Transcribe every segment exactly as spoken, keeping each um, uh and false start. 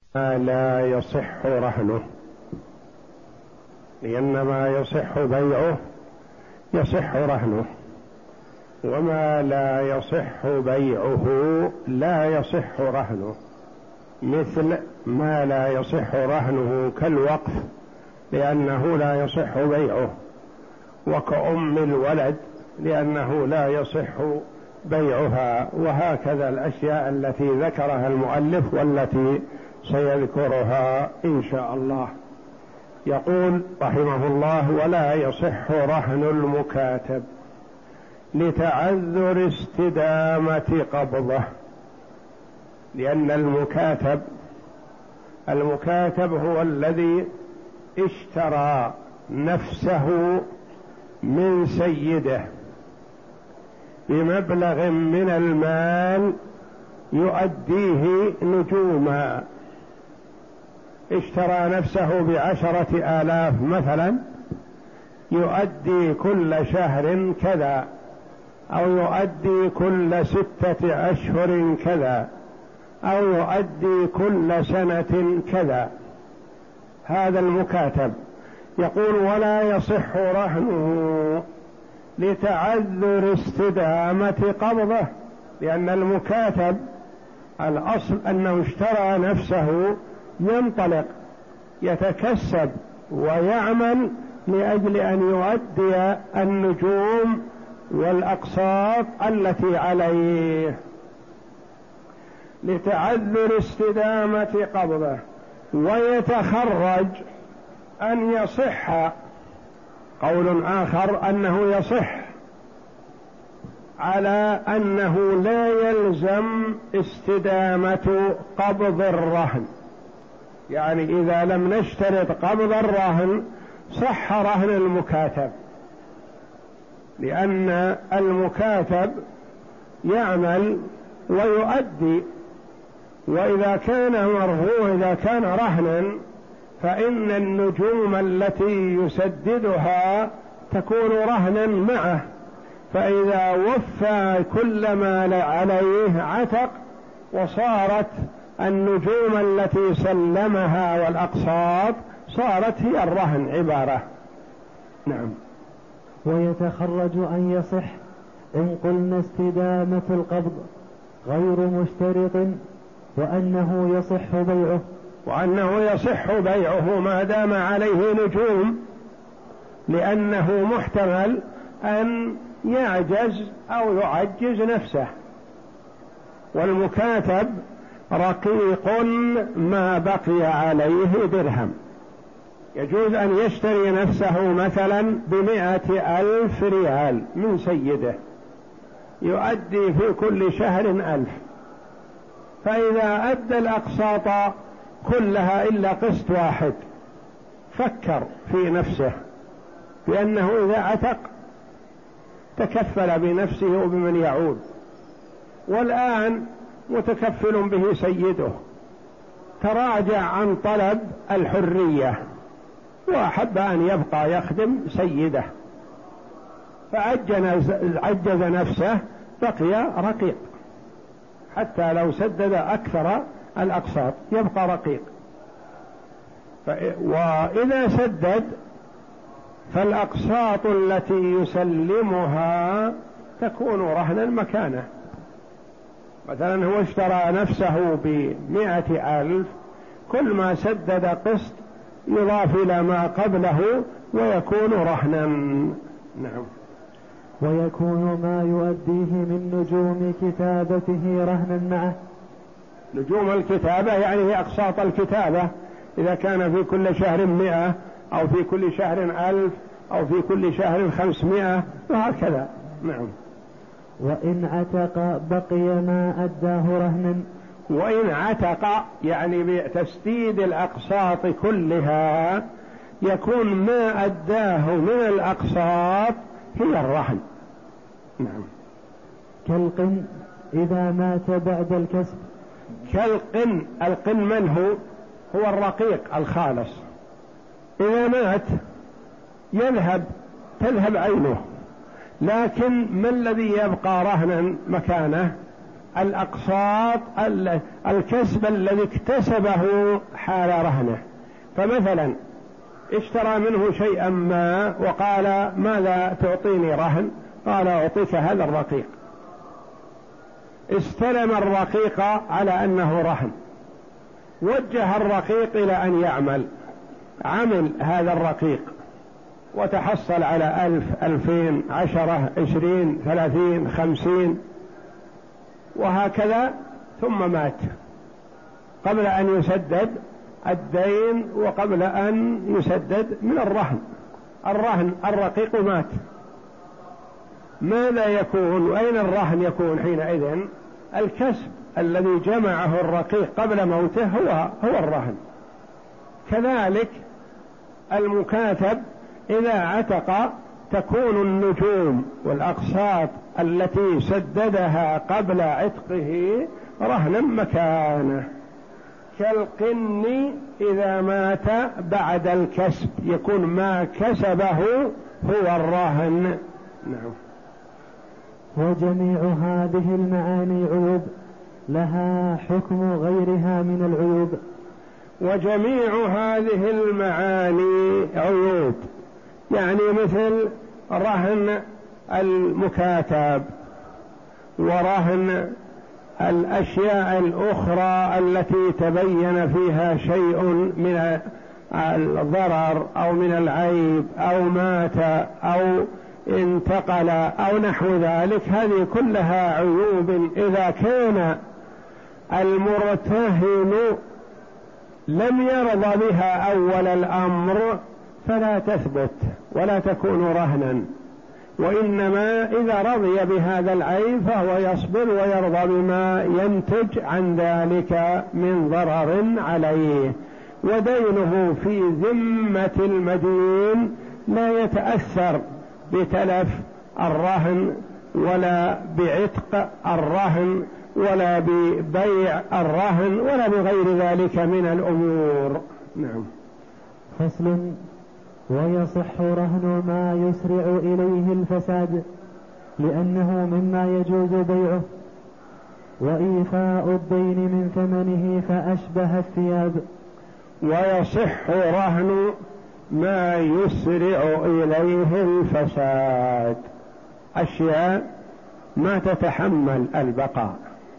ما لا يصح رهنه، لأن ما يصح بيعه يصح رهنه، وما لا يصح بيعه لا يصح رهنه، مثل ما لا يصح رهنه كالوقف لأنه لا يصح بيعه، وكأم الولد لأنه لا يصح بيعها، وهكذا الأشياء التي ذكرها المؤلف والتي سيذكرها إن شاء الله. يقول رحمه الله: ولا يصح رهن المكاتب لتعذر استدامة قبضه، لأن المكاتب المكاتب هو الذي اشترى نفسه من سيده بمبلغ من المال يؤديه نجوما، اشترى نفسه بعشرة آلاف مثلا، يؤدي كل شهر كذا، أو يؤدي كل ستة أشهر كذا، أو يؤدي كل سنة كذا، هذا المكاتب. يقول: ولا يصح رهنه لتعذر استدامة قبضه، لأن المكاتب الأصل أنه اشترى نفسه ينطلق يتكسب ويعمل لأجل أن يؤدي النجوم والأقساط التي عليه، لتعذر استدامة قبضه. ويتخرج أن يصح، قول آخر أنه يصح على أنه لا يلزم استدامة قبض الرهن، يعني إذا لم نشترط قبض الرهن صح رهن المكاتب، لأن المكاتب يعمل ويؤدي، وإذا كان مرهون إذا كان رهنا فإن النجوم التي يسددها تكون رهنا معه، فإذا وفى كل ما عليه عتق، وصارت النجوم التي سلمها والأقساط صارت هي الرهن عبارة. نعم. ويتخرج أن يصح إن قلنا استدامة القبض غير مشترط، وأنه يصح بيعه وأنه يصح بيعه ما دام عليه نجوم، لأنه محتمل أن يعجز أو يعجز نفسه، والمكاتب رقيق ما بقي عليه درهم، يجوز أن يشتري نفسه مثلا بمائة ألف ريال من سيده، يؤدي في كل شهر ألف، فإذا أدى الأقساط كلها إلا قسط واحد فكر في نفسه بأنه إذا عتق تكفل بنفسه وبمن يعود، والآن متكفل به سيده، تراجع عن طلب الحرية وأحب أن يبقى يخدم سيده، فعجز نفسه، بقي رقيق حتى لو سدد أكثر الأقساط يبقى رقيق. وإذا سدد فالأقساط التي يسلمها تكون رهنا مكانه، مثلا هو اشترى نفسه بمائة ألف، كل ما سدد قسط يضاف إلى ما قبله ويكون رهنا. نعم. ويكون ما يؤديه من نجوم كتابته رهنا معه. نجوم الكتابة يعني هي أقساط الكتابة، إذا كان في كل شهر مئة أو في كل شهر ألف أو في كل شهر خمسمائة وهكذا. نعم. وإن عتق بقي ما أداه رهنا. وإن عتق يعني بتسديد الأقساط كلها يكون ما أداه من الأقساط هي الرهن. نعم. كالقن إذا مات بعد الكسب. كالقن، القن من هو؟ هو الرقيق الخالص، إذا مات يذهب تذهب عينه، لكن ما الذي يبقى رهنا مكانه؟ الأقساط الكسب الذي اكتسبه حال رهنه. فمثلا اشترى منه شيئا ما وقال ماذا تعطيني رهن؟ قال أعطيك هذا الرقيق. استلم الرقيق على أنه رهن، وجه الرقيق إلى أن يعمل، عمل هذا الرقيق وتحصل على ألف، ألفين، عشرة، عشرين، ثلاثين، خمسين، وهكذا، ثم مات قبل أن يسدد الدين وقبل أن يسدد من الرهن. الرهن الرقيق مات، ماذا يكون؟ أين الرهن يكون حينئذ؟ الكسب الذي جمعه الرقيق قبل موته هو هو الرهن. كذلك المكاتب إذا عتق تكون النجوم والأقساط التي سددها قبل عتقه رهنا مكانه. كالقن إذا مات بعد الكسب يكون ما كسبه هو الرهن. نعم. وجميع هذه المعاني عيوب لها حكم غيرها من العيوب. وجميع هذه المعاني عيوب، يعني مثل رهن المكاتب ورهن الأشياء الأخرى التي تبين فيها شيء من الضرر أو من العيب أو مات أو انتقل أو نحو ذلك. هذه كلها عيوب إذا كان المرتهن لم يرضى بها أول الأمر فلا تثبت ولا تكون رهنا، وإنما إذا رضي بهذا العيب فهو يصبر ويرضى بما ينتج عن ذلك من ضرر عليه، ودينه في ذمة المدين لا يتأثر بتلف الرهن ولا بعتق الرهن ولا ببيع الرهن ولا بغير ذلك من الأمور. نعم. فصل. ويصح رهن ما يسرع إليه الفساد لأنه مما يجوز بيعه، وإيفاء الدين من ثمنه فأشبه الثياب. ويصح رهن ما يسرع إليه الفساد، أشياء ما تتحمل البقاء،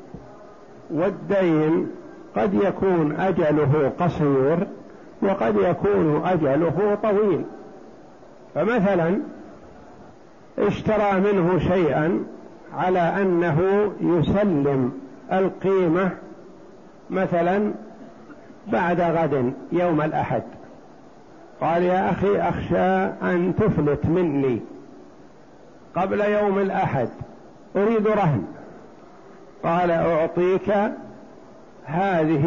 والدين قد يكون أجله قصير وقد يكون أجله طويل. فمثلا اشترى منه شيئا على أنه يسلم القيمة مثلا بعد غد يوم الأحد، قال يا أخي أخشى أن تفلت مني قبل يوم الأحد، أريد رهن. قال أعطيك هذه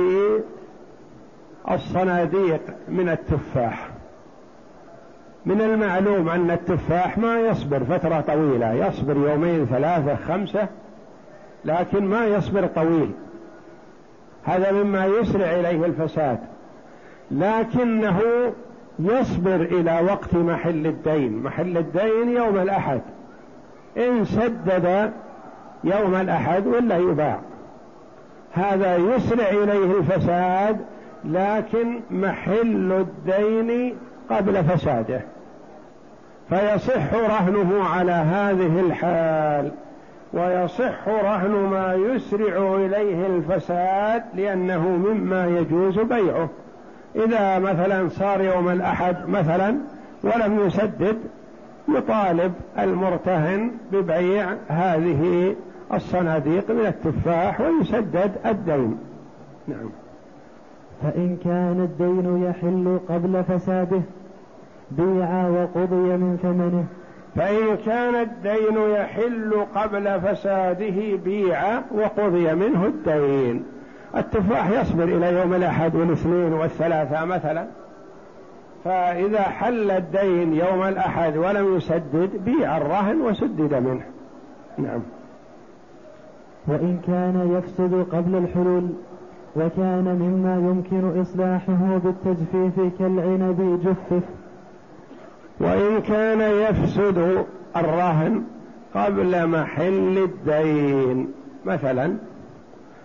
الصناديق من التفاح. من المعلوم أن التفاح ما يصبر فترة طويلة، يصبر يومين ثلاثة خمسة، لكن ما يصبر طويل، هذا مما يسرع إليه الفساد، لكنه يصبر إلى وقت محل الدين. محل الدين يوم الأحد، إن سدد يوم الأحد ولا يباع، هذا يسرع إليه الفساد، لكن محل الدين قبل فساده، فيصح رهنه على هذه الحال. ويصح رهن ما يسرع إليه الفساد لأنه مما يجوز بيعه. إذا مثلا صار يوم الأحد مثلا ولم يسدد، يطالب المرتهن ببيع هذه الصناديق من التفاح ويسدد الدين. نعم. فإن كان الدين يحل قبل فساده بيع وقضي من ثمنه. فإن كان الدين يحل قبل فساده بيع وقضي منه الدين. التفاح يصبر إلى يوم الأحد والاثنين والثلاثة مثلا، فإذا حل الدين يوم الأحد ولم يسدد بيع الرهن وسدد منه. نعم. وإن كان يفسد قبل الحلول وكان مما يمكن إصلاحه بالتجفيف كالعنب جفف. وإن كان يفسد الرهن قبل محل الدين، مثلا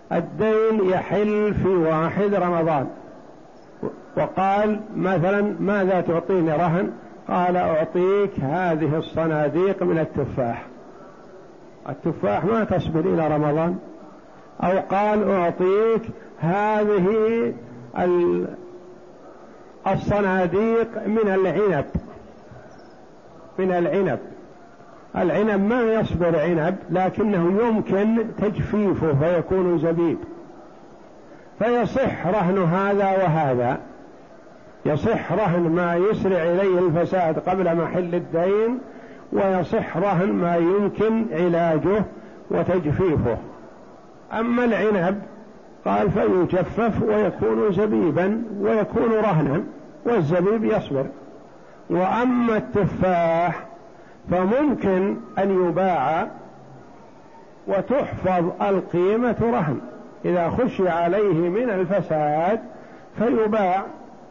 الدين يحل في واحد رمضان، وقال مثلا ماذا تعطيني رهن؟ قال أعطيك هذه الصناديق من التفاح. التفاح ما تصبر إلى رمضان. أو قال أعطيك هذه الصناديق من العنب من العنب العنب ما يصبر عنب، لكنه يمكن تجفيفه فيكون زبيب، فيصح رهن هذا وهذا. يصح رهن ما يسرع إليه الفساد قبل محل الدين، ويصح رهن ما يمكن علاجه وتجفيفه. أما العنب قال فيجفف ويكون زبيبا ويكون رهنا، والزبيب يصبر. وأما التفاح فممكن أن يباع وتحفظ القيمة رهن، إذا خشي عليه من الفساد فيباع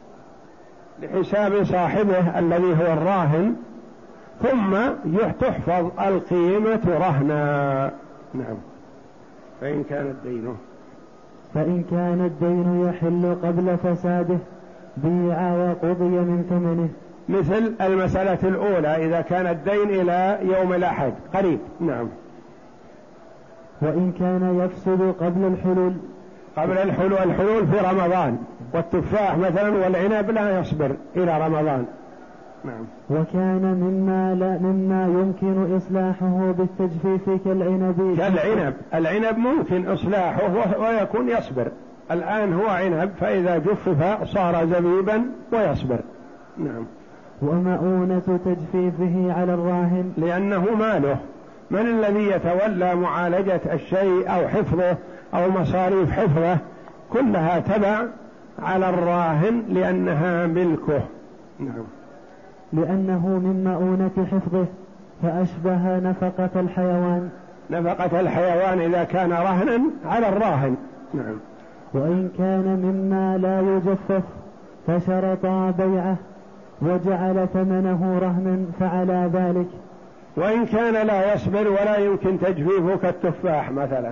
لحساب صاحبه الذي هو الراهن، ثم تحفظ القيمة رهنا. نعم. فإن كان الدين فإن كان الدين يحل قبل فساده بيع وقضي من ثمنه، مثل المسألة الأولى إذا كان الدين إلى يوم الأحد قريب. نعم. وإن كان يفسد قبل الحلول قبل الحلول الحلول في رمضان، والتفاح مثلا والعنب لا يصبر إلى رمضان. نعم. وكان مما لا مما يمكن إصلاحه بالتجفيف كالعنب كالعنب العنب ممكن إصلاحه ويكون يصبر. الآن هو عنب، فإذا جفف صار زبيبا ويصبر. نعم. ومؤونة تجفيفه على الراهن، لأنه ماله. من الذي يتولى معالجة الشيء أو حفظه أو مصاريف حفظه؟ كلها تبع على الراهن لأنها ملكه. نعم. لأنه من مؤونة حفظه، فأشبه نفقة الحيوان. نفقة الحيوان إذا كان رهنا على الراهن. نعم. وإن كان مما لا يجفف فشرطا بيعه وجعل ثمنه رهنا فعلى ذلك. وإن كان لا يصبر ولا يمكن تجفيفه كالتفاح مثلا،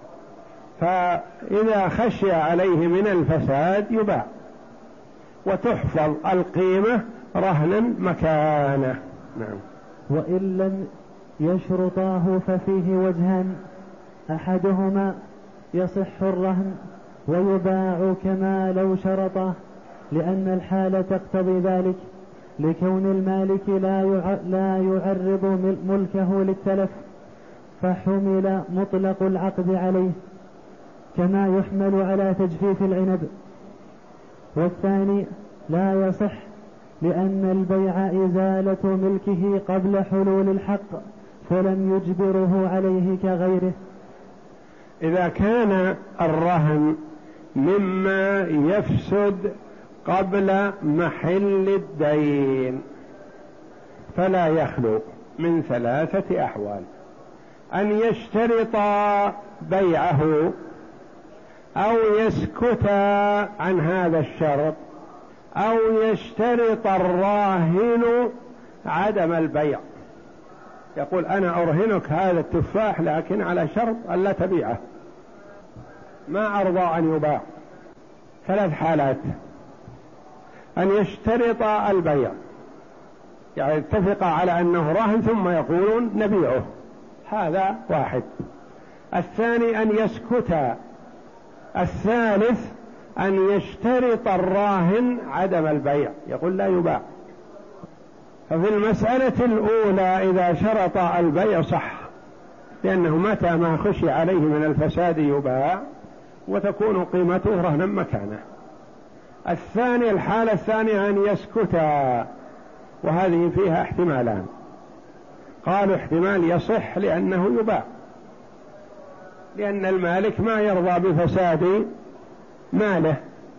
فإذا خشي عليه من الفساد يباع وتحفظ القيمة رهنا مكانه. نعم. وإن لم يشرطاه ففيه وجهان، أحدهما يصح الرهن ويباع كما لو شرطه، لأن الحالة تقتضي ذلك، لكون المالك لا لا يعرض ملكه للتلف، فحمل مطلق العقد عليه كما يحمل على تجفيف العنب. والثاني لا يصح، لأن البيع إزالة ملكه قبل حلول الحق، فلم يجبره عليه كغيره. إذا كان الرهن مما يفسد قبل محل الدين فلا يخلو من ثلاثة أحوال: أن يشترط بيعه، أو يسكت عن هذا الشرط، أو يشترط الراهن عدم البيع، يقول أنا أرهنك هذا التفاح لكن على شرط ألا تبيعه، ما أرضى أن يباع. ثلاث حالات: أن يشترط البيع، يعني اتفق على أنه راهن ثم يقولون نبيعه، هذا واحد. الثاني أن يسكت. الثالث أن يشترط الراهن عدم البيع، يقول لا يباع. ففي المسألة الأولى إذا شرط البيع صح، لأنه متى ما خشي عليه من الفساد يباع وتكون قيمته رهنا مكانه. الثاني الحالة الثانية أن يسكت، وهذه فيها احتمالان. قالوا احتمال يصح لأنه يباع، لأن المالك ما يرضى بفساد ماله،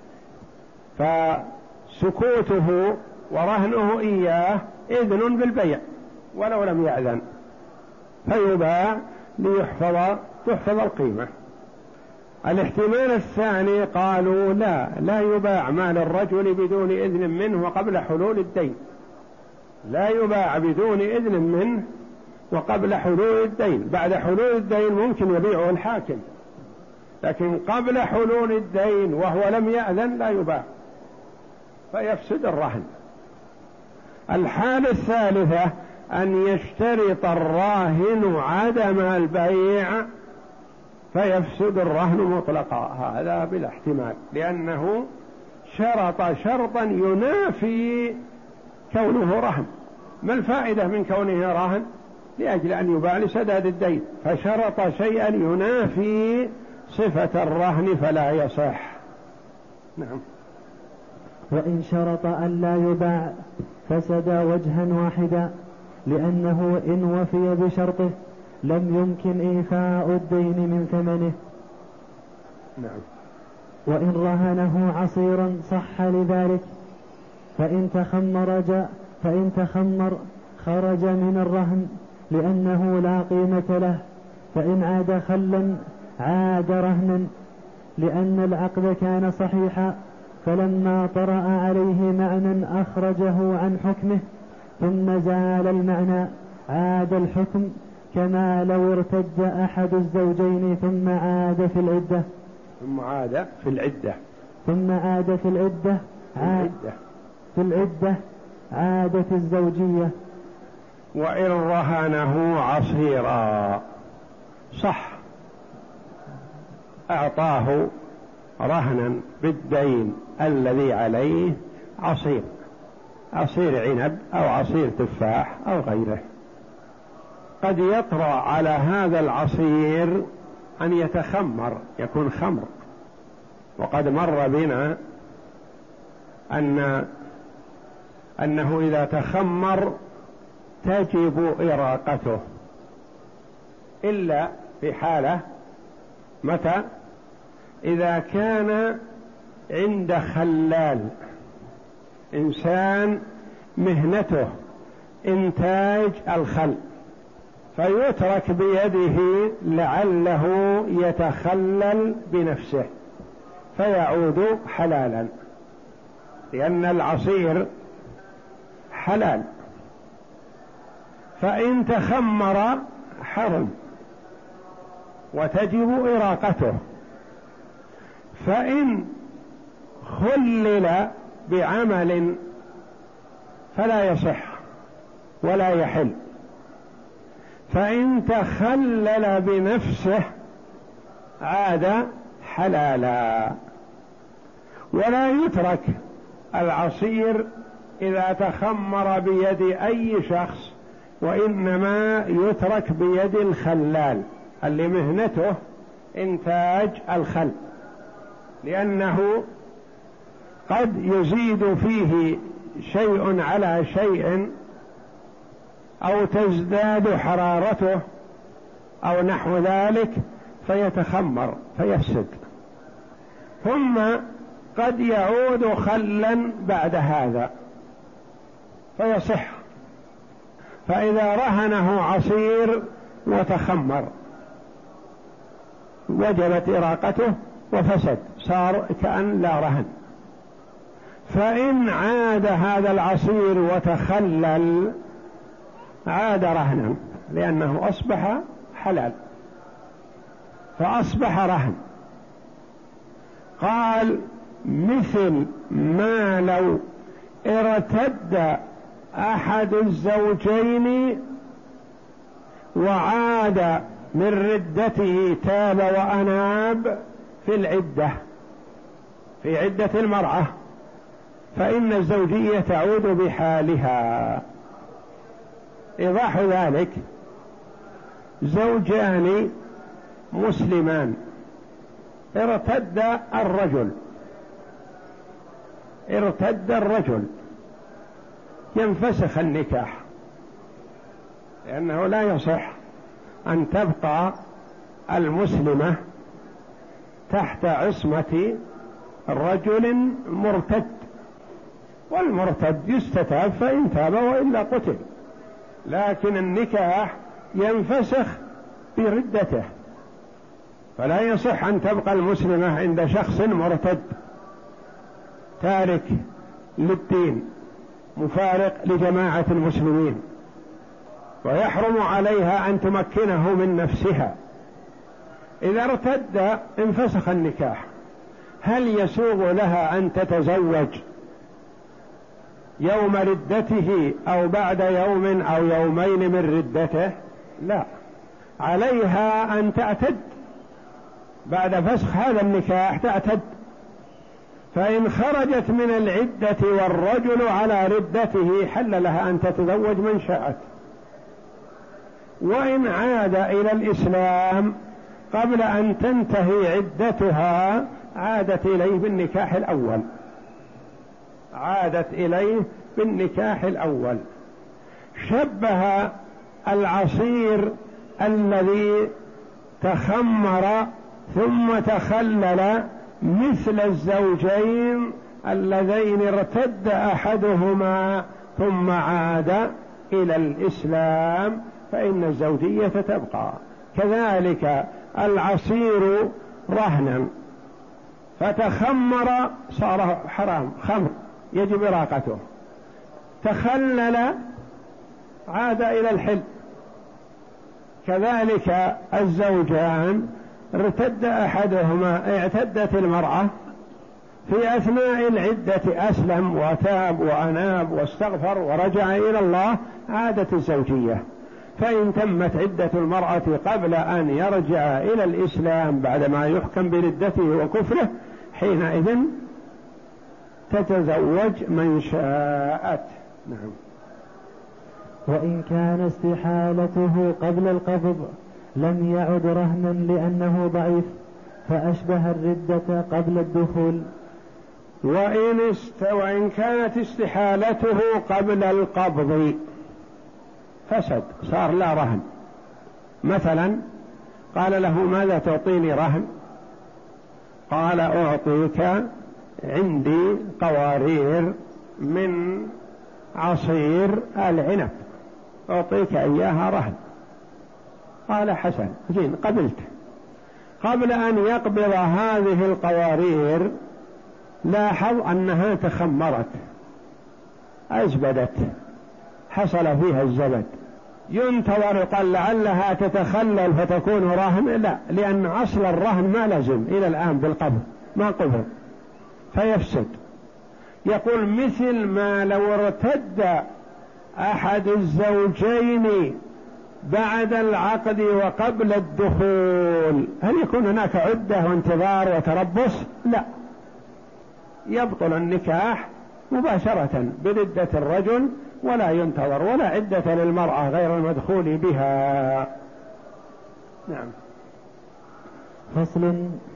فسكوته ورهنه إياه إذن بالبيع ولو لم يأذن، فيباع ليحفظ تحفظ القيمة. الاحتمال الثاني قالوا لا لا يباع مال الرجل بدون إذن منه وقبل حلول الدين، لا يباع بدون إذن منه وقبل حلول الدين. بعد حلول الدين ممكن يبيعه الحاكم، لكن قبل حلول الدين وهو لم يأذن لا يباع فيفسد الرهن. الحالة الثالثة أن يشترط الراهن عدم البيع فيفسد الرهن مطلقا، هذا بلا احتمال، لأنه شرط شرطا ينافي كونه رهن. ما الفائدة من كونه رهن؟ لأجل أن يباع لسداد الدين، فشرط شيئا ينافي صفة الرهن فلا يصح. نعم. وإن شرط أن لا يباع فسد وجها واحدا، لأنه إن وفي بشرطه لم يمكن إيفاء الدين من ثمنه. نعم. وإن رهنه عصيرا صح لذلك، فإن تخمر جاء فإن تخمر خرج من الرهن لأنه لا قيمة له، فإن عاد خلا عاد رهنا، لأن العقد كان صحيحا، فلما طرأ عليه معنى أخرجه عن حكمه ثم زال المعنى عاد الحكم، كما لو ارتد أحد الزوجين ثم عاد في العدة ثم عاد في العدة ثم عاد في العدة عاد في العدة عادت الزوجية. وإن رهنه عصيرا صح، أعطاه رهنا بالدين الذي عليه عصير، عصير عنب أو عصير تفاح أو غيره، قد يطرأ على هذا العصير أن يتخمر يكون خمر، وقد مر بنا أن أنه إذا تخمر تجب إراقته، إلا في حالة متى؟ إذا كان عند خلال، إنسان مهنته إنتاج الخل فيترك بيده لعله يتخلل بنفسه فيعود حلالا، لأن العصير حلال، فإن تخمر حرم وتجب إراقته. فإن خلل بعمل فلا يصح ولا يحل، فإن تخلل بنفسه عاد حلالا. ولا يترك العصير إذا تخمر بيد أي شخص، وإنما يترك بيد الخلال اللي مهنته إنتاج الخل، لأنه قد يزيد فيه شيء على شيء أو تزداد حرارته أو نحو ذلك فيتخمر فيفسد، ثم قد يعود خلا بعد هذا فيصح. فإذا رهنه عصير وتخمر وجبت إراقته وفسد، صار كأن لا رهن. فإن عاد هذا العصير وتخلل عاد رهنا، لأنه أصبح حلال فأصبح رهن. قال مثل ما لو ارتد أحد الزوجين وعاد من ردته تاب وأناب في العدة، في عدة المرأة، فإن الزوجية تعود بحالها. إيضاح ذلك: زوجان مسلمان ارتد الرجل ارتد الرجل ينفسخ النكاح، لأنه لا يصح أن تبقى المسلمة تحت عصمة رجل مرتد، والمرتد يستتاب فإن تاب وإلا قتل، لكن النكاح ينفسخ بردته، فلا يصح أن تبقى المسلمة عند شخص مرتد تارك للدين مفارق لجماعة المسلمين، ويحرم عليها أن تمكنه من نفسها، إذا ارتد انفسخ النكاح. هل يسوغ لها أن تتزوج يوم ردته أو بعد يوم أو يومين من ردته؟ لا، عليها أن تعتد بعد فسخ هذا النكاح، تعتد. فإن خرجت من العدة والرجل على ردته حل لها أن تتزوج من شاءت. وإن عاد إلى الإسلام قبل أن تنتهي عدتها عادت إليه بالنكاح الأول، عادت إليه بالنكاح الأول. شبه العصير الذي تخمر ثم تخلل مثل الزوجين اللذين ارتد أحدهما ثم عاد إلى الإسلام فإن الزوجية تبقى. كذلك العصير رهنا فتخمر صار حرام، خمر يجب إراقته، تخلل عاد إلى الحل. كذلك الزوجان ارتد أحدهما، اعتدت المرأة في أثناء العدة أسلم وتاب وأناب واستغفر ورجع إلى الله، عادت الزوجية. فإن تمت عدة المرأة قبل أن يرجع إلى الإسلام بعدما يحكم بردته وكفره حينئذ تتزوج من شاءت. نعم. وإن كان استحالته قبل القبض لم يعد رهنا لأنه ضعيف فأشبه الردة قبل الدخول. وإن, است... وإن كانت استحالته قبل القبض فسد، صار لا رهن. مثلا قال له ماذا تعطيني رهن؟ قال أعطيك عندي قوارير من عصير العنب، أعطيك إياها رهن. قال حسن زين قبلت. قبل أن يقبض هذه القوارير لاحظ أنها تخمرت، أزبدت، حصل فيها الزبد. ينتظر قال لعلها تتخلل فتكون رهن؟ لا، لأن أصل الرهن ما لزم إلى الآن بالقبض، ما قبض فيفسد. يقول مثل ما لو ارتد أحد الزوجين بعد العقد وقبل الدخول، هل يكون هناك عدة وانتظار وتربص؟ لا، يبطل النكاح مباشرة بردة الرجل ولا ينتظر، ولا عدة للمرأة غير المدخول بها. نعم. فصل.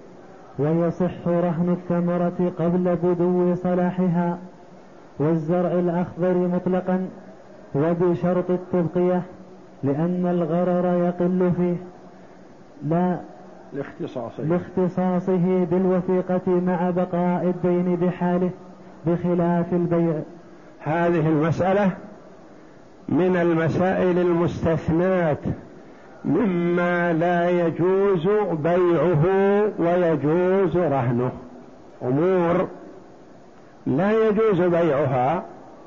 ويصح رهن الثمرة قبل بدو صلاحها والزرع الأخضر مطلقا وبشرط التبقية لأن الغرر يقل فيه لا لاختصاصه, لاختصاصه بالوثيقة مع بقاء الدين بحاله بخلاف البيع. هذه المسألة من المسائل المستثنات مما لا يجوز بيعه ويجوز رهنه. أمور لا يجوز بيعها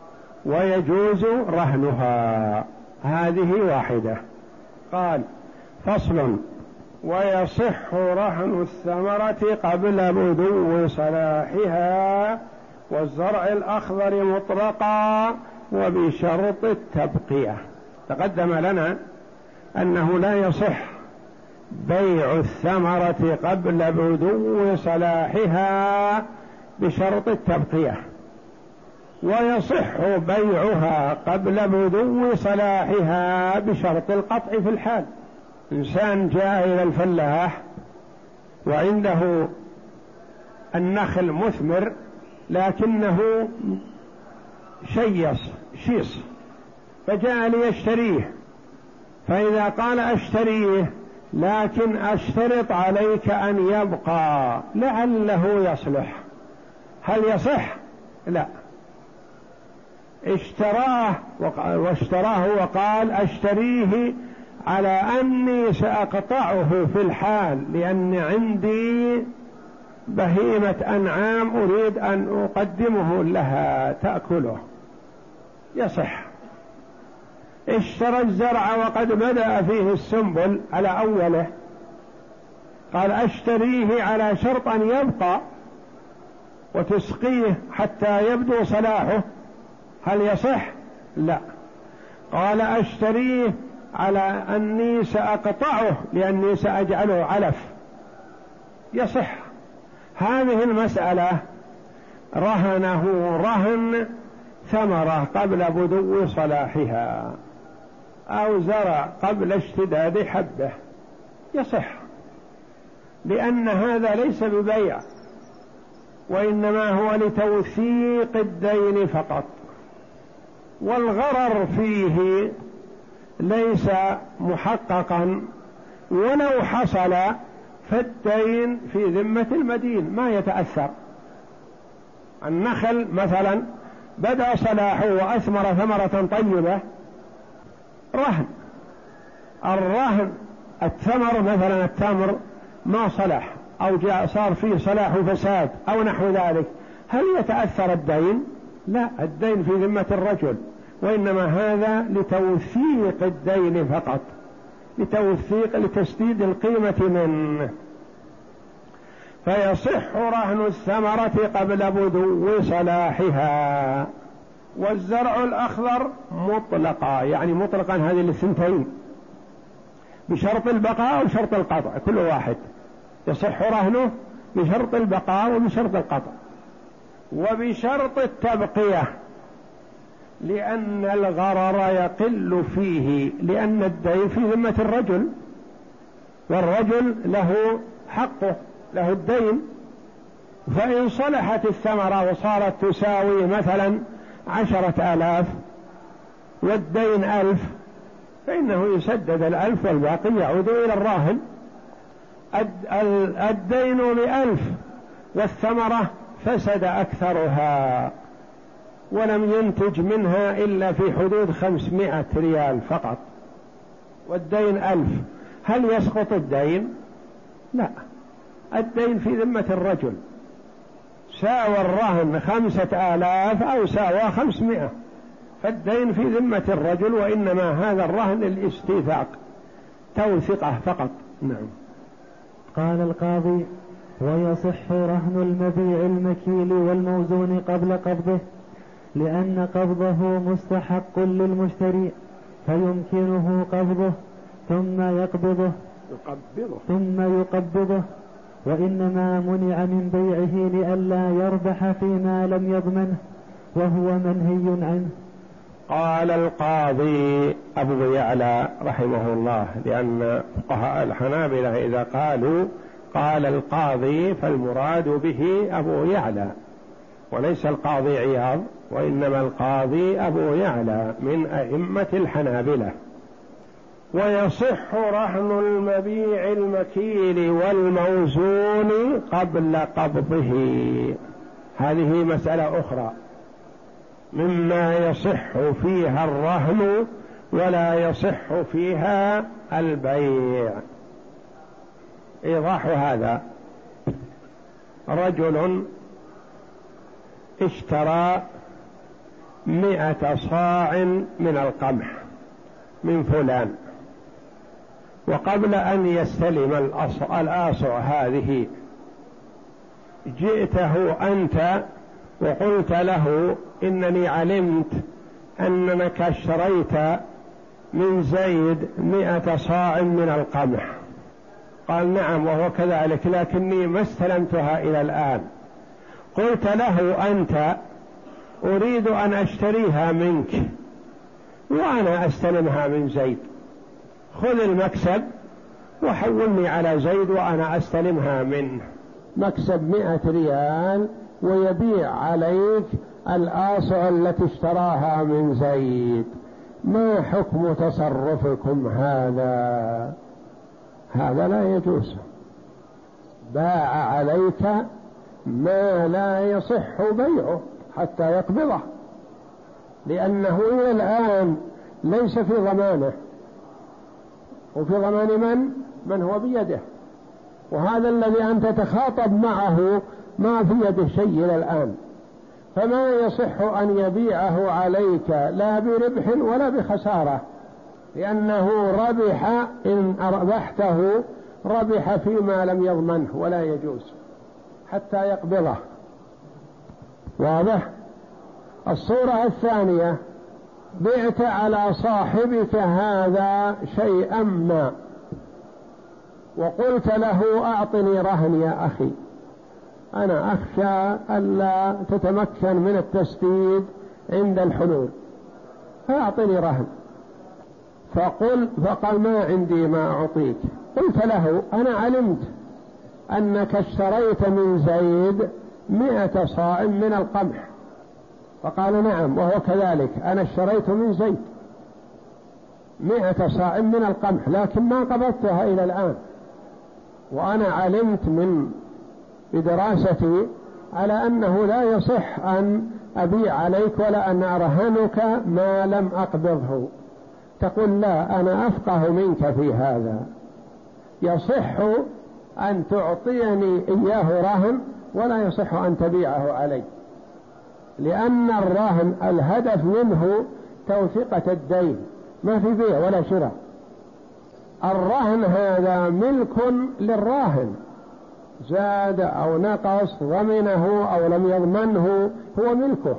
ويجوز رهنها، هذه واحدة. قال فصل. ويصح رهن الثمرة قبل بدو صلاحها والزرع الأخضر مطلقا وبشرط التبقية. تقدم لنا أنه لا يصح بيع الثمرة قبل بدو صلاحها بشرط التبقية، ويصح بيعها قبل بدو صلاحها بشرط القطع في الحال. إنسان جاء إلى الفلاح وعنده النخل مثمر لكنه شيص شيص فجاء ليشتريه، فإذا قال أشتريه لكن أشترط عليك أن يبقى لعله يصلح، هل يصح؟ لا. اشتراه واشتراه وقال أشتريه على أني سأقطعه في الحال لأن عندي بهيمة أنعام أريد أن أقدمه لها تأكله، يصح. اشترى الزرع وقد بدأ فيه السنبل على أوله قال أشتريه على شرط أن يبقى وتسقيه حتى يبدو صلاحه، هل يصح؟ لا. قال أشتريه على أني سأقطعه لأني سأجعله علف، يصح. هذه المسألة رهنه رهن ثمرة قبل بدو صلاحها أو زرع قبل اشتداد حبه، يصح، لأن هذا ليس ببيع وإنما هو لتوثيق الدين فقط، والغرر فيه ليس محققا، ولو حصل فالدين في ذمة المدين ما يتأثر. النخل مثلا بدأ صلاحه وأثمر ثمرة طيبة، رهن. الرهن الثمر مثلا التمر ما صلح أو جاء صار فيه صلاح فساد أو نحو ذلك، هل يتأثر الدين؟ لا، الدين في ذمة الرجل، وإنما هذا لتوثيق الدين فقط، لتوثيق لتسديد القيمة منه. فيصح رهن الثمرة قبل بدو صلاحها. والزرع الأخضر مطلقا، يعني مطلقا هذه الثنتين بشرط البقاء أو شرط القطع، كل واحد يصح رهنه بشرط البقاء وبشرط القطع وبشرط التبقية، لأن الغرر يقل فيه، لأن الدين في ذمة الرجل والرجل له حقه، له الدين. فإن صلحت الثمرة وصارت تساوي مثلا عشرة آلاف والدين ألف، فإنه يسدد الألف والباقي يعود إلى الراهن. الدين بألف والثمرة فسد أكثرها ولم ينتج منها إلا في حدود خمسمائة ريال فقط، والدين ألف، هل يسقط الدين؟ لا، الدين في ذمة الرجل، ساوى الرهن خمسة آلاف أو ساوى خمسمائة، فالدين في ذمة الرجل، وإنما هذا الرهن الاستيثاق توثقه فقط. نعم. قال القاضي: ويصح رهن المبيع المكيل والموزون قبل قبضه، لأن قبضه مستحق للمشتري، فيمكنه قبضه ثم يقبضه يقبضه ثم يقبضه وإنما منع من بيعه لئلا يربح فيما لم يضمنه، وهو منهي عنه. قال القاضي أبو يعلى رحمه الله، لأن فقهاء الحنابلة إذا قالوا قال القاضي فالمراد به أبو يعلى وليس القاضي عياض، وإنما القاضي أبو يعلى من أئمة الحنابلة. ويصح رهن المبيع المكيل والموزون قبل قبضه، هذه مسألة أخرى مما يصح فيها الرهن ولا يصح فيها البيع. إيضاح هذا: رجل اشترى مئة صاع من القمح من فلان، وقبل أن يستلم الآصع هذه جئته أنت وقلت له: إنني علمت أنك اشتريت من زيد مئة صاع من القمح. قال: نعم وهو كذلك، لكني ما استلمتها إلى الآن. قلت له أنت: أريد أن أشتريها منك وأنا أستلمها من زيد، خذ المكسب وحولني على زيد وأنا أستلمها منه، مكسب مئة ريال، ويبيع عليك الآصع التي اشتراها من زيد. ما حكم تصرفكم هذا؟ هذا لا يجوز. باع عليك ما لا يصح بيعه حتى يقبضه، لأنه إلى الآن ليس في ضمانه، وفي ضمان من؟ من هو بيده، وهذا الذي أنت تخاطب معه ما في يده شيء إلى الآن، فما يصح أن يبيعه عليك لا بربح ولا بخسارة، لأنه ربح إن أربحته ربح فيما لم يضمنه ولا يجوز حتى يقبضه. واضح؟ الصورة الثانية: بعت على صاحبك هذا شيئا ما وقلت له أعطني رهن يا أخي، أنا أخشى ألا تتمكن من التسديد عند الحلول فأعطني رهن. فقل فقال ما عندي ما أعطيك. قلت له أنا علمت أنك اشتريت من زيد مئة صاع من القمح. فقال نعم وهو كذلك، أنا اشتريت من زيد مئة صاع من القمح لكن ما قبضتها إلى الآن، وأنا علمت من بدراستي على أنه لا يصح أن أبيع عليك ولا أن أرهنك ما لم أقبضه. تقول لا أنا أفقه منك في هذا، يصح أن تعطيني إياه رهن ولا يصح أن تبيعه علي، لأن الرهن الهدف منه توثيقة الدين، ما في بيع ولا شراء. الرهن هذا ملك للراهن، زاد أو نقص ضمنه أو لم يضمنه هو ملكه،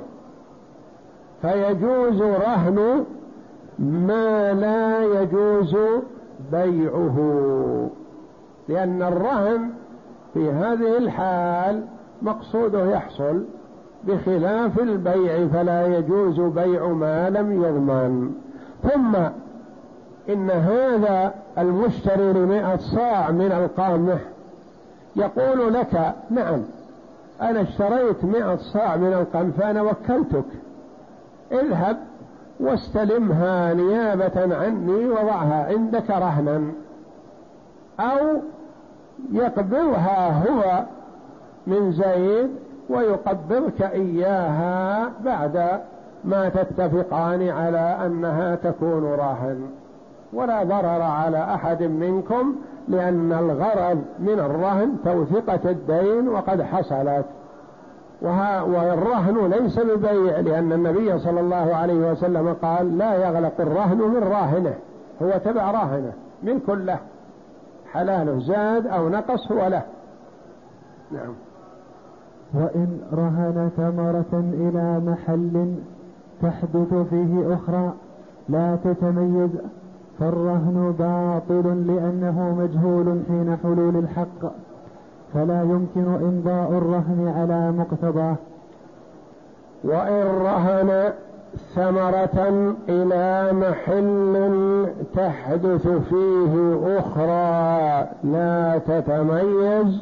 فيجوز رهن ما لا يجوز بيعه، لأن الرهن في هذه الحال مقصوده يحصل، بخلاف البيع فلا يجوز بيع ما لم يضمن. ثم إن هذا المشتري لمئة صاع من القمح يقول لك نعم أنا اشتريت مئة صاع من القمح فأنا وكلتك، اذهب واستلمها نيابة عني وضعها عندك رهنا، أو يقبضها هو من زيد ويقبضك إياها بعد ما تتفقان على أنها تكون راهن، ولا ضرر على أحد منكم، لأن الغرض من الرهن توثيقة الدين وقد حصلت. والرهن ليس ببيع، لأن النبي صلى الله عليه وسلم قال لا يغلق الرهن من راهنه، هو تبع راهنه ملك له حلاله، زاد أو نقص هو له. نعم. وإن رهن ثمرة إلى محل تحدث فيه أخرى لا تتميز فالرهن باطل لأنه مجهول حين حلول الحق، فلا يمكن إمضاء الرهن على مقتضاه. وإن رهن ثمرة إلى محل تحدث فيه أخرى لا تتميز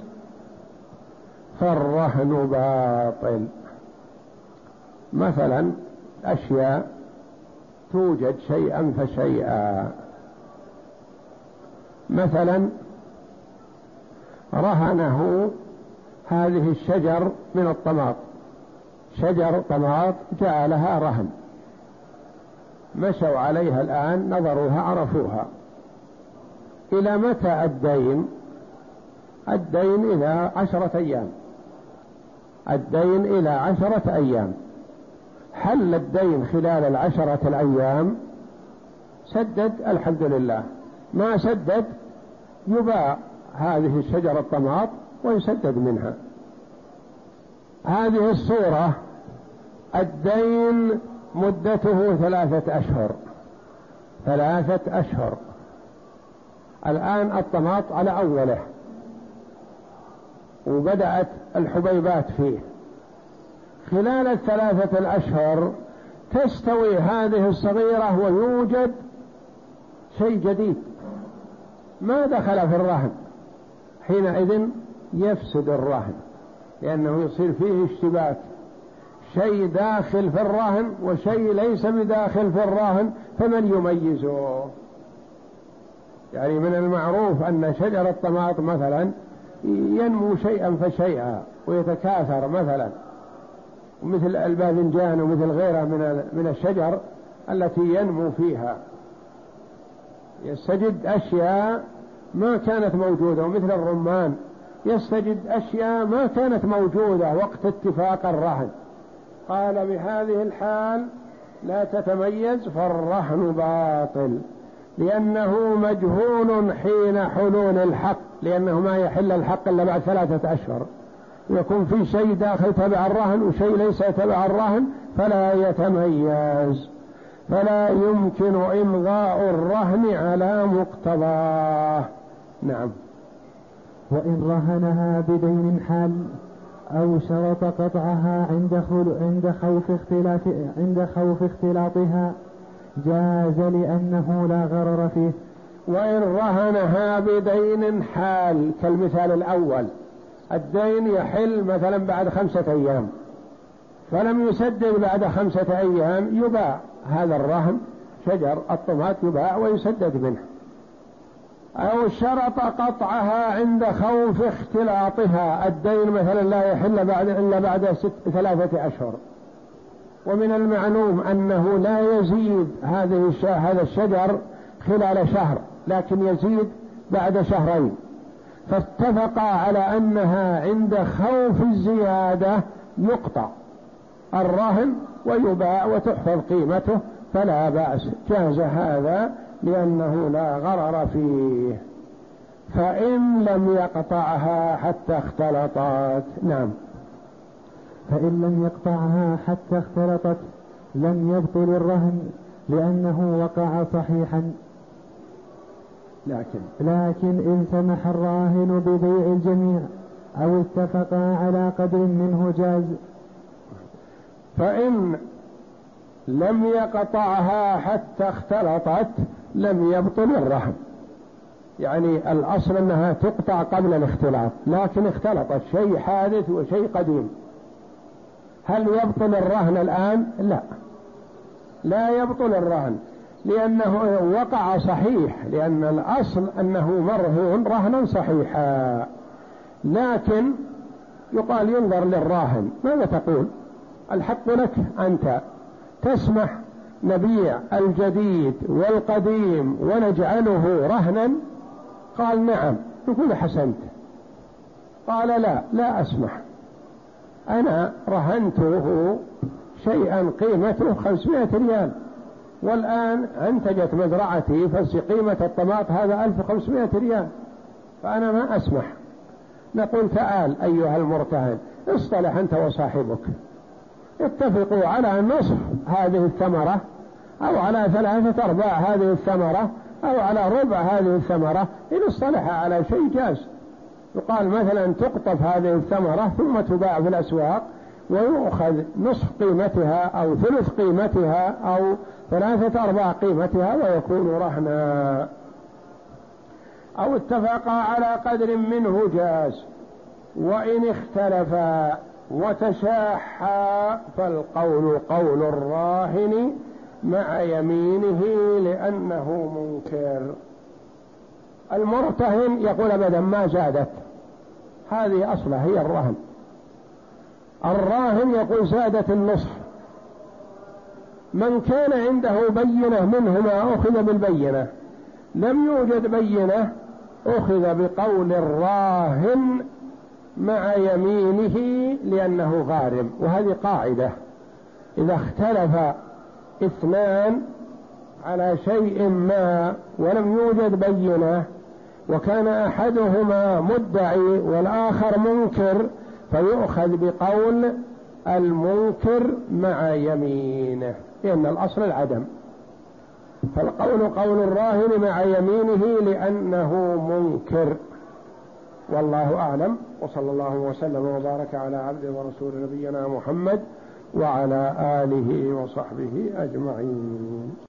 فالرهن باطل. مثلا أشياء توجد شيئا فشيئا، مثلا رهنه هذه الشجر من الطماط، شجر طماط جعلها رهن، مشوا عليها الآن نظروها عرفوها، إلى متى الدين؟ الدين إلى عشرة أيام، الدين إلى عشرة أيام. حل الدين خلال العشرة الأيام سدد الحمد لله، ما سدد يباع هذه الشجرة الطماط ويسدد منها. هذه الصورة الدين مدته ثلاثة أشهر، ثلاثة أشهر. الآن الطماط على أوله وبدأت الحبيبات فيه، خلال الثلاثة الأشهر تستوي هذه الصغيرة ويوجد شيء جديد ما دخل في الرهن، حينئذ يفسد الرهن، لأنه يصير فيه اشتباك، شيء داخل في الرهن وشيء ليس بداخل في الرهن، فمن يميزه؟ يعني من المعروف أن شجر الطماط مثلا ينمو شيئا فشيئا ويتكاثر مثلا، ومثل الباذنجان ومثل غيرها من من الشجر التي ينمو فيها، يستجد أشياء ما كانت موجودة، ومثل الرمان يستجد أشياء ما كانت موجودة وقت اتفاق الرهن. قال بهذه الحال لا تتميز فالرهن باطل. لأنه مجهول حين حلول الحق، لأنه ما يحل الحق إلا بعد ثلاثة أشهر، يكون في شيء داخل تبع الرهن وشيء ليس تبع الرهن فلا يتميز، فلا يمكن إمضاء الرهن على مقتضاه. نعم. وإن رهنها بدين حال أو شرط قطعها عند عند خوف اختلاف عند خوف اختلاطها جاز لأنه لا غرر فيه. وإن رهنها بدين حال كالمثال الأول، الدين يحل مثلا بعد خمسة أيام فلم يسدد بعد خمسة أيام، يباع هذا الرهن، شجر الطماط يباع ويسدد منه. أو شرط قطعها عند خوف اختلاطها، الدين مثلا لا يحل بعد إلا بعد ست ثلاثة أشهر، ومن المعلوم أنه لا يزيد هذه هذا الشجر خلال شهر، لكن يزيد بعد شهرين، فاتفقا على أنها عند خوف الزيادة يقطع الرهن ويباع وتحفظ قيمته، فلا بأس، جاز هذا لأنه لا غرر فيه. فإن لم يقطعها حتى اختلطت. نعم. فإن لم يقطعها حتى اختلطت لم يبطل الرهن لأنه وقع صحيحا، لكن لكن إن سمح الراهن ببيع الجميع أو اتفقا على قدر منه جاز. فإن لم يقطعها حتى اختلطت لم يبطل الرهن، يعني الأصل أنها تقطع قبل الاختلاط، لكن اختلطت شيء حادث وشيء قديم، هل يبطل الرهن الآن؟ لا، لا يبطل الرهن لأنه وقع صحيح، لأن الأصل أنه مرهون رهنا صحيحا، لكن يقال ينظر للراهن ماذا تقول، الحق لك أنت، تسمح نبيع الجديد والقديم ونجعله رهنا؟ قال نعم، يقول حسنت. قال لا لا أسمح، أنا رهنته شيئا قيمته خمسمائة ريال، والآن انتجت مزرعتي فقيمة الطماط هذا ألف وخمسمائة ريال، فأنا ما أسمح. نقول تعال أيها المرتهن، اصطلح أنت وصاحبك، اتفقوا على نصف هذه الثمرة أو على ثلاثة أرباع هذه الثمرة أو على ربع هذه الثمرة، إن اصطلح على شيء جاز. يقال مثلا تقطف هذه الثمرة ثم تباع في الأسواق ويؤخذ نصف قيمتها أو ثلث قيمتها أو ثلاثة أرباع قيمتها ويكون رهنا، أو اتفقا على قدر منه جاز. وإن اختلفا وتشاحا فالقول قول الراهن مع يمينه لأنه منكر. المرتهن يقول أبدا ما زادت، هذه أصلها هي الرهن. الراهن يقول زادت النصف. من كان عنده بينة منهما أخذ بالبينة، لم يوجد بينة أخذ بقول الراهن مع يمينه لأنه غارم. وهذه قاعدة، إذا اختلف اثنان على شيء ما ولم يوجد بينة وكان أحدهما مدعي والآخر منكر، فيؤخذ بقول المنكر مع يمينه، لأن الأصل العدم. فالقول قول الراهن مع يمينه لأنه منكر. والله أعلم، وصلى الله وسلم وبارك على عبده ورسول نبينا محمد وعلى آله وصحبه أجمعين.